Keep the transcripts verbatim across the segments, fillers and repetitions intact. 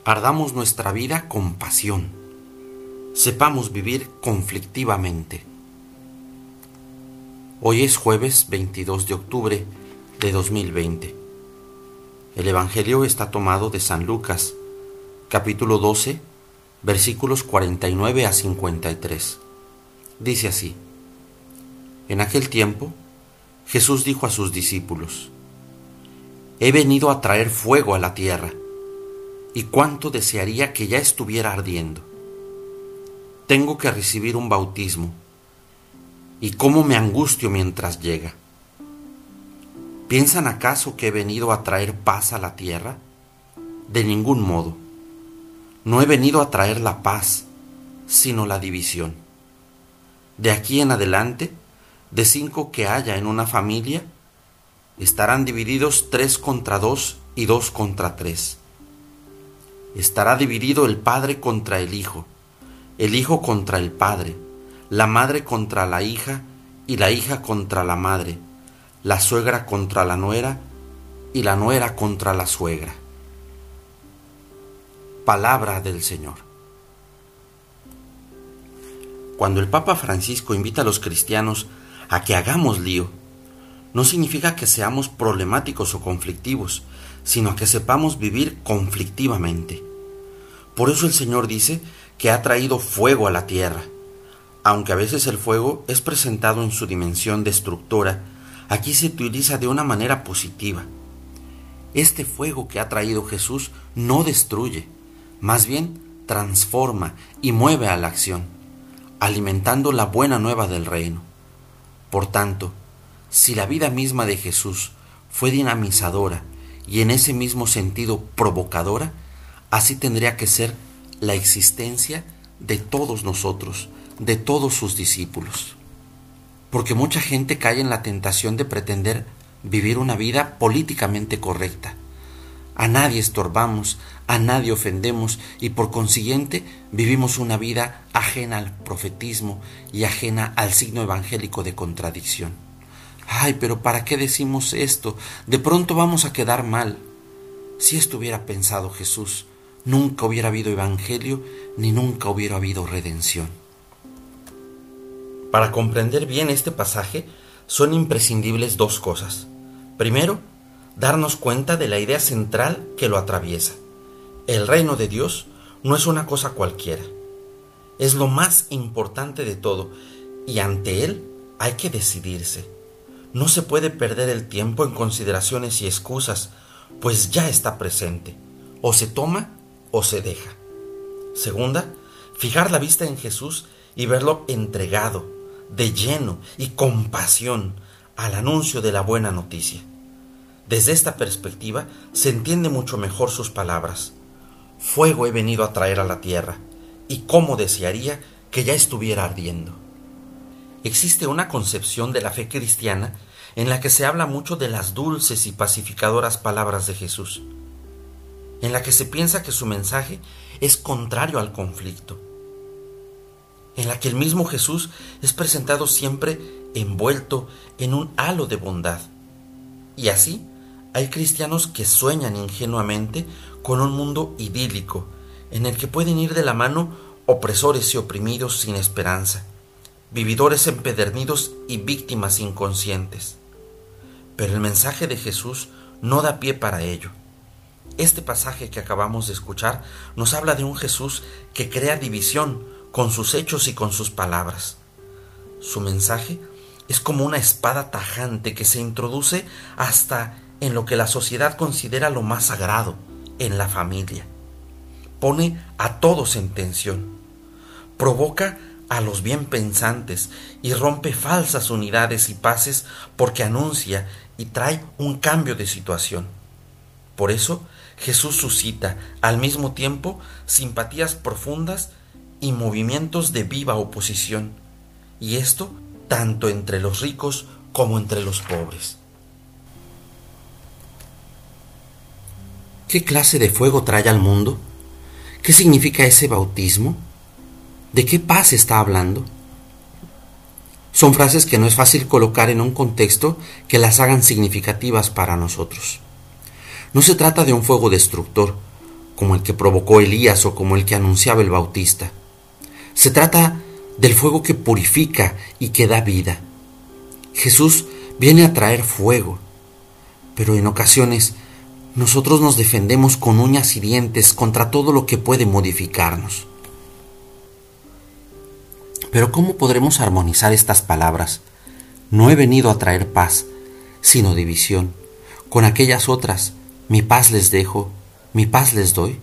Ardamos nuestra vida con pasión. Sepamos vivir conflictivamente. Hoy es jueves veintidós de octubre de dos mil veinte. El Evangelio está tomado de San Lucas, capítulo doce, versículos cuarenta y nueve a cincuenta y tres. Dice así: En aquel tiempo, Jesús dijo a sus discípulos: He venido a traer fuego a la tierra, y cuánto desearía que ya estuviera ardiendo. Tengo que recibir un bautismo, y cómo me angustio mientras llega. ¿Piensan acaso que he venido a traer paz a la tierra? De ningún modo. No he venido a traer la paz, sino la división. De aquí en adelante, de cinco que haya en una familia, estarán divididos tres contra dos y dos contra tres. Estará dividido el padre contra el hijo, el hijo contra el padre, la madre contra la hija y la hija contra la madre, la suegra contra la nuera y la nuera contra la suegra. Palabra del Señor. Cuando el Papa Francisco invita a los cristianos a que hagamos lío, no significa que seamos problemáticos o conflictivos, sino a que sepamos vivir conflictivamente. Por eso el Señor dice que ha traído fuego a la tierra. Aunque a veces el fuego es presentado en su dimensión destructora, aquí se utiliza de una manera positiva. Este fuego que ha traído Jesús no destruye, más bien transforma y mueve a la acción, alimentando la buena nueva del reino. Por tanto, si la vida misma de Jesús fue dinamizadora y en ese mismo sentido provocadora, así tendría que ser la existencia de todos nosotros, de todos sus discípulos. Porque mucha gente cae en la tentación de pretender vivir una vida políticamente correcta. A nadie estorbamos, a nadie ofendemos y por consiguiente vivimos una vida ajena al profetismo y ajena al signo evangélico de contradicción. Ay, pero ¿para qué decimos esto? De pronto vamos a quedar mal. Si esto hubiera pensado Jesús, nunca hubiera habido evangelio ni nunca hubiera habido redención. Para comprender bien este pasaje son imprescindibles dos cosas. Primero, darnos cuenta de la idea central que lo atraviesa. El reino de Dios no es una cosa cualquiera. Es lo más importante de todo y ante él hay que decidirse. No se puede perder el tiempo en consideraciones y excusas, pues ya está presente. O se toma o se deja. Segunda, fijar la vista en Jesús y verlo entregado, de lleno y con pasión al anuncio de la buena noticia. Desde esta perspectiva se entiende mucho mejor sus palabras. Fuego he venido a traer a la tierra, y cómo desearía que ya estuviera ardiendo. Existe una concepción de la fe cristiana en la que se habla mucho de las dulces y pacificadoras palabras de Jesús, en la que se piensa que su mensaje es contrario al conflicto, en la que el mismo Jesús es presentado siempre envuelto en un halo de bondad. Y así hay cristianos que sueñan ingenuamente con un mundo idílico en el que pueden ir de la mano opresores y oprimidos sin esperanza, vividores empedernidos y víctimas inconscientes. Pero el mensaje de Jesús no da pie para ello. Este pasaje que acabamos de escuchar nos habla de un Jesús que crea división con sus hechos y con sus palabras. Su mensaje es como una espada tajante que se introduce hasta en lo que la sociedad considera lo más sagrado, en la familia. Pone a todos en tensión, provoca a los bien pensantes y rompe falsas unidades y paces porque anuncia y trae un cambio de situación. Por eso Jesús suscita al mismo tiempo simpatías profundas y movimientos de viva oposición, y esto tanto entre los ricos como entre los pobres. ¿Qué clase de fuego trae al mundo? ¿Qué significa ese bautismo? ¿De qué paz está hablando? Son frases que no es fácil colocar en un contexto que las hagan significativas para nosotros. No se trata de un fuego destructor, como el que provocó Elías o como el que anunciaba el Bautista. Se trata del fuego que purifica y que da vida. Jesús viene a traer fuego, pero en ocasiones nosotros nos defendemos con uñas y dientes contra todo lo que puede modificarnos. Pero ¿cómo podremos armonizar estas palabras? No he venido a traer paz, sino división, con aquellas otras, mi paz les dejo, mi paz les doy.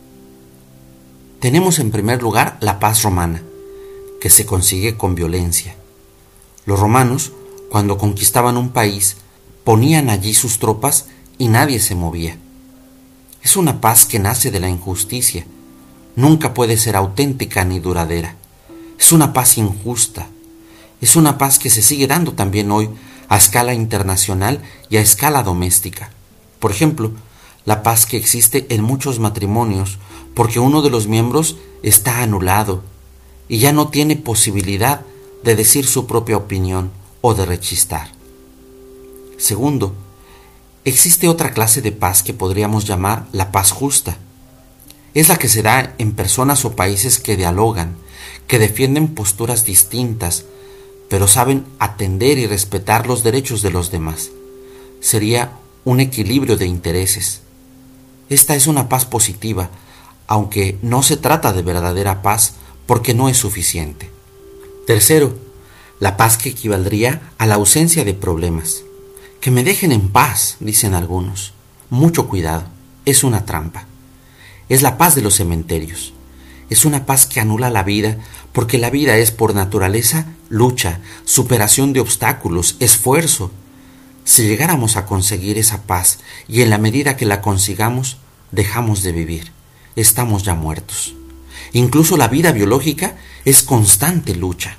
Tenemos en primer lugar la paz romana, que se consigue con violencia. Los romanos, cuando conquistaban un país, ponían allí sus tropas y nadie se movía. Es una paz que nace de la injusticia. Nunca puede ser auténtica ni duradera. Es una paz injusta. Es una paz que se sigue dando también hoy a escala internacional y a escala doméstica. Por ejemplo, la paz que existe en muchos matrimonios porque uno de los miembros está anulado y ya no tiene posibilidad de decir su propia opinión o de rechistar. Segundo, existe otra clase de paz que podríamos llamar la paz justa. Es la que se da en personas o países que dialogan, que defienden posturas distintas, pero saben atender y respetar los derechos de los demás. Sería un equilibrio de intereses. Esta es una paz positiva, aunque no se trata de verdadera paz porque no es suficiente. Tercero, la paz que equivaldría a la ausencia de problemas. Que me dejen en paz, dicen algunos. Mucho cuidado, es una trampa. Es la paz de los cementerios. Es una paz que anula la vida, porque la vida es por naturaleza lucha, superación de obstáculos, esfuerzo. Si llegáramos a conseguir esa paz y en la medida que la consigamos, dejamos de vivir, estamos ya muertos. Incluso la vida biológica es constante lucha.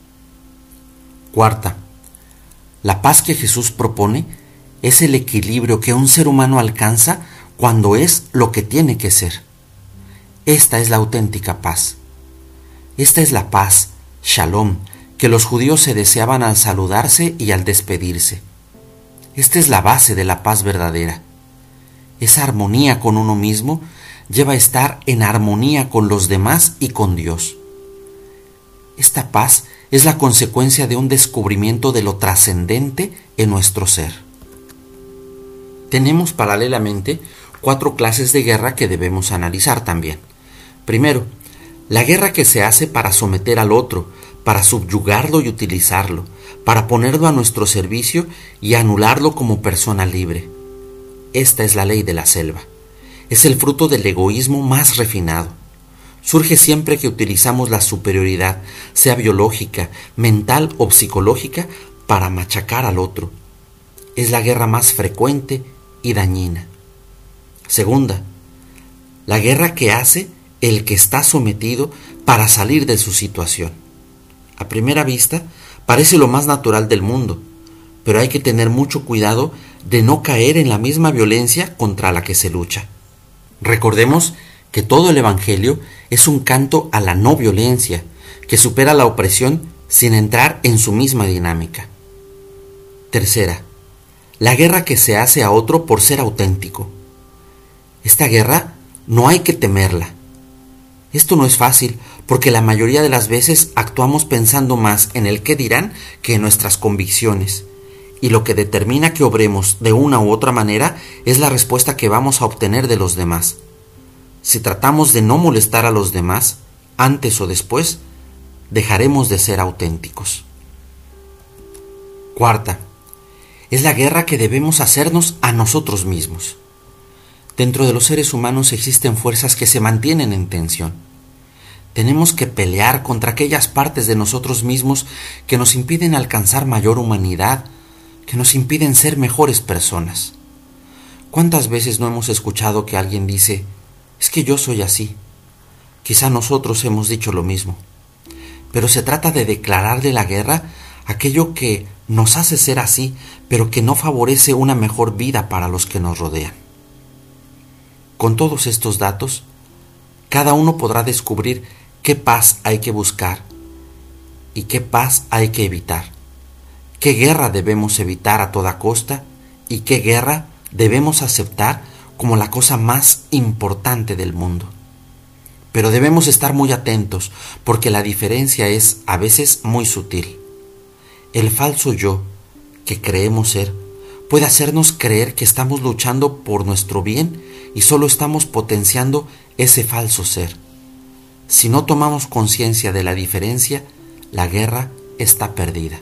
Cuarta, la paz que Jesús propone es el equilibrio que un ser humano alcanza cuando es lo que tiene que ser. Esta es la auténtica paz. Esta es la paz, Shalom, que los judíos se deseaban al saludarse y al despedirse. Esta es la base de la paz verdadera. Esa armonía con uno mismo lleva a estar en armonía con los demás y con Dios. Esta paz es la consecuencia de un descubrimiento de lo trascendente en nuestro ser. Tenemos paralelamente cuatro clases de guerra que debemos analizar también. Primero, la guerra que se hace para someter al otro, para subyugarlo y utilizarlo, para ponerlo a nuestro servicio y anularlo como persona libre. Esta es la ley de la selva. Es el fruto del egoísmo más refinado. Surge siempre que utilizamos la superioridad, sea biológica, mental o psicológica, para machacar al otro. Es la guerra más frecuente y dañina. Segunda, la guerra que hace el que está sometido para salir de su situación. A primera vista, parece lo más natural del mundo, pero hay que tener mucho cuidado de no caer en la misma violencia contra la que se lucha. Recordemos que todo el Evangelio es un canto a la no violencia, que supera la opresión sin entrar en su misma dinámica. Tercera, la guerra que se hace a otro por ser auténtico. Esta guerra no hay que temerla. Esto no es fácil porque la mayoría de las veces actuamos pensando más en el qué dirán que en nuestras convicciones, y lo que determina que obremos de una u otra manera es la respuesta que vamos a obtener de los demás. Si tratamos de no molestar a los demás, antes o después, dejaremos de ser auténticos. Cuarta, es la guerra que debemos hacernos a nosotros mismos. Dentro de los seres humanos existen fuerzas que se mantienen en tensión. Tenemos que pelear contra aquellas partes de nosotros mismos que nos impiden alcanzar mayor humanidad, que nos impiden ser mejores personas. ¿Cuántas veces no hemos escuchado que alguien dice, es que yo soy así? Quizá nosotros hemos dicho lo mismo. Pero se trata de declararle la guerra a aquello que nos hace ser así, pero que no favorece una mejor vida para los que nos rodean. Con todos estos datos, cada uno podrá descubrir qué paz hay que buscar y qué paz hay que evitar, qué guerra debemos evitar a toda costa y qué guerra debemos aceptar como la cosa más importante del mundo. Pero debemos estar muy atentos porque la diferencia es a veces muy sutil. El falso yo que creemos ser puede hacernos creer que estamos luchando por nuestro bien y solo estamos potenciando ese falso ser. Si no tomamos conciencia de la diferencia, la guerra está perdida.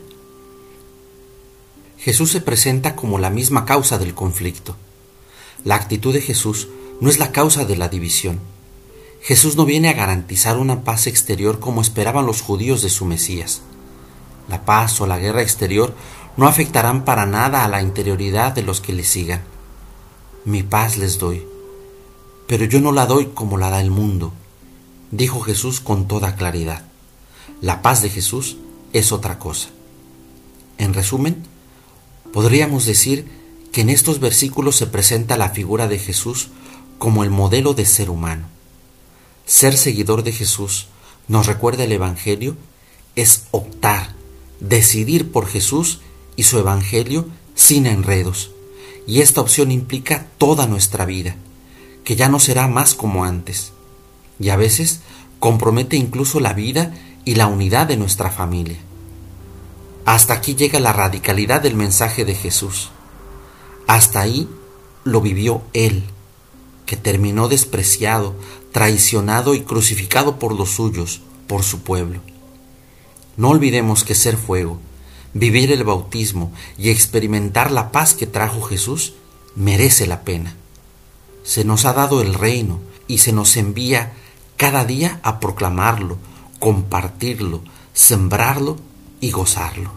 Jesús se presenta como la misma causa del conflicto. La actitud de Jesús no es la causa de la división. Jesús no viene a garantizar una paz exterior como esperaban los judíos de su Mesías. La paz o la guerra exterior no afectarán para nada a la interioridad de los que le sigan. Mi paz les doy, pero yo no la doy como la da el mundo, dijo Jesús con toda claridad. La paz de Jesús es otra cosa. En resumen, podríamos decir que en estos versículos se presenta la figura de Jesús como el modelo de ser humano. Ser seguidor de Jesús, nos recuerda el Evangelio, es optar, decidir por Jesús y su Evangelio sin enredos. Y esta opción implica toda nuestra vida, que ya no será más como antes. Y a veces compromete incluso la vida y la unidad de nuestra familia. Hasta aquí llega la radicalidad del mensaje de Jesús. Hasta ahí lo vivió Él, que terminó despreciado, traicionado y crucificado por los suyos, por su pueblo. No olvidemos que ser fuego, vivir el bautismo y experimentar la paz que trajo Jesús merece la pena. Se nos ha dado el reino y se nos envía cada día a proclamarlo, compartirlo, sembrarlo y gozarlo.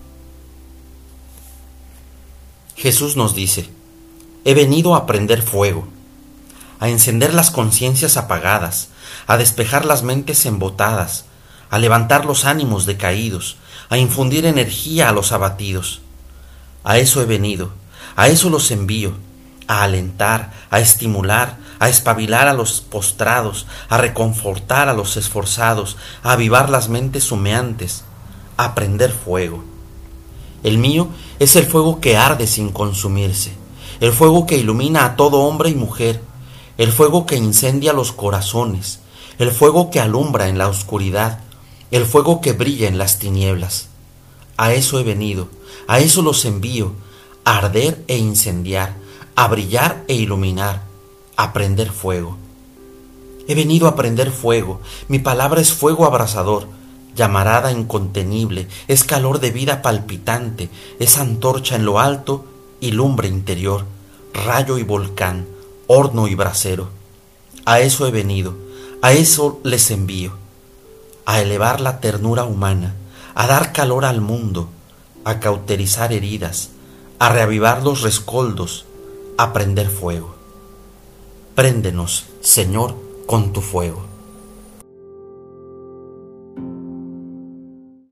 Jesús nos dice: he venido a prender fuego, a encender las conciencias apagadas, a despejar las mentes embotadas, a levantar los ánimos decaídos, a infundir energía a los abatidos. A eso he venido, a eso los envío, a alentar, a estimular, a espabilar a los postrados, a reconfortar a los esforzados, a avivar las mentes humeantes, a prender fuego. El mío es el fuego que arde sin consumirse, el fuego que ilumina a todo hombre y mujer, el fuego que incendia los corazones, el fuego que alumbra en la oscuridad, el fuego que brilla en las tinieblas. A eso he venido, a eso los envío, a arder e incendiar, a brillar e iluminar, a prender fuego. He venido a prender fuego, mi palabra es fuego abrasador, llamarada incontenible, es calor de vida palpitante, es antorcha en lo alto y lumbre interior, rayo y volcán, horno y brasero. A eso he venido, a eso les envío, a elevar la ternura humana, a dar calor al mundo, a cauterizar heridas, a reavivar los rescoldos, a prender fuego. Préndenos, Señor, con tu fuego.